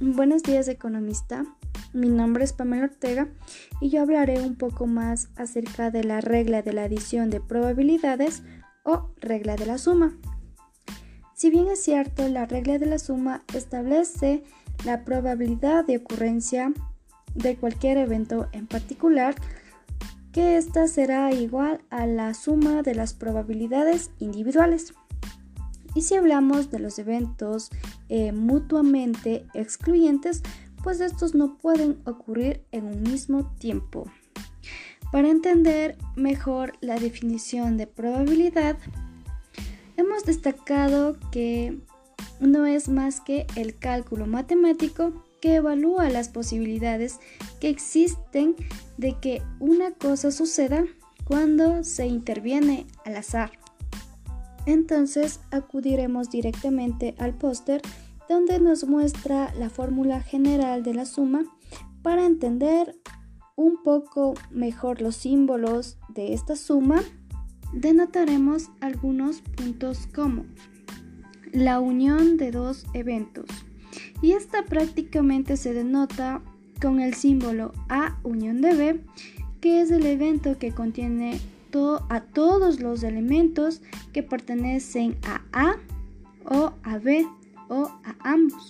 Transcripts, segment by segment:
Buenos días, economista. Mi nombre es Pamela Ortega y yo hablaré un poco más acerca de la regla de la adición de probabilidades o regla de la suma. Si bien es cierto, la regla de la suma establece la probabilidad de ocurrencia de cualquier evento en particular, que ésta será igual a la suma de las probabilidades individuales. Y si hablamos de los eventos mutuamente excluyentes, pues estos no pueden ocurrir en un mismo tiempo. Para entender mejor la definición de probabilidad, hemos destacado que no es más que el cálculo matemático que evalúa las posibilidades que existen de que una cosa suceda cuando se interviene al azar. Entonces acudiremos directamente al póster donde nos muestra la fórmula general de la suma. Para entender un poco mejor los símbolos de esta suma, denotaremos algunos puntos como la unión de dos eventos, y esta prácticamente se denota con el símbolo A unión de B, que es el evento que contiene a todos los elementos que pertenecen a A o a B o a ambos.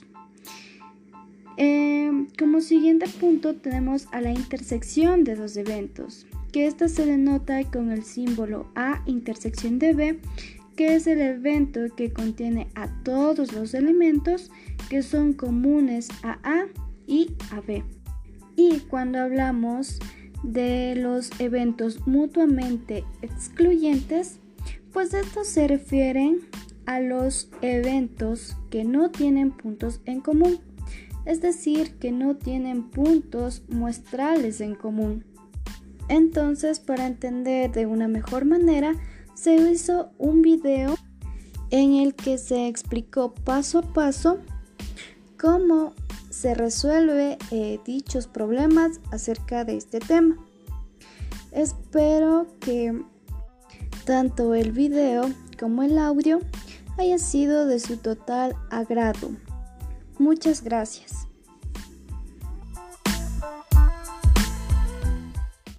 Como siguiente punto tenemos a la intersección de dos eventos, que esta se denota con el símbolo A intersección de B, que es el evento que contiene a todos los elementos que son comunes a A y a B. Y cuando hablamos de los eventos mutuamente excluyentes, pues estos se refieren a los eventos que no tienen puntos en común, es decir, que no tienen puntos muestrales en común. Entonces, para entender de una mejor manera, se hizo un video en el que se explicó paso a paso cómo se resuelve dichos problemas acerca de este tema. Espero que tanto el video como el audio haya sido de su total agrado. Muchas gracias.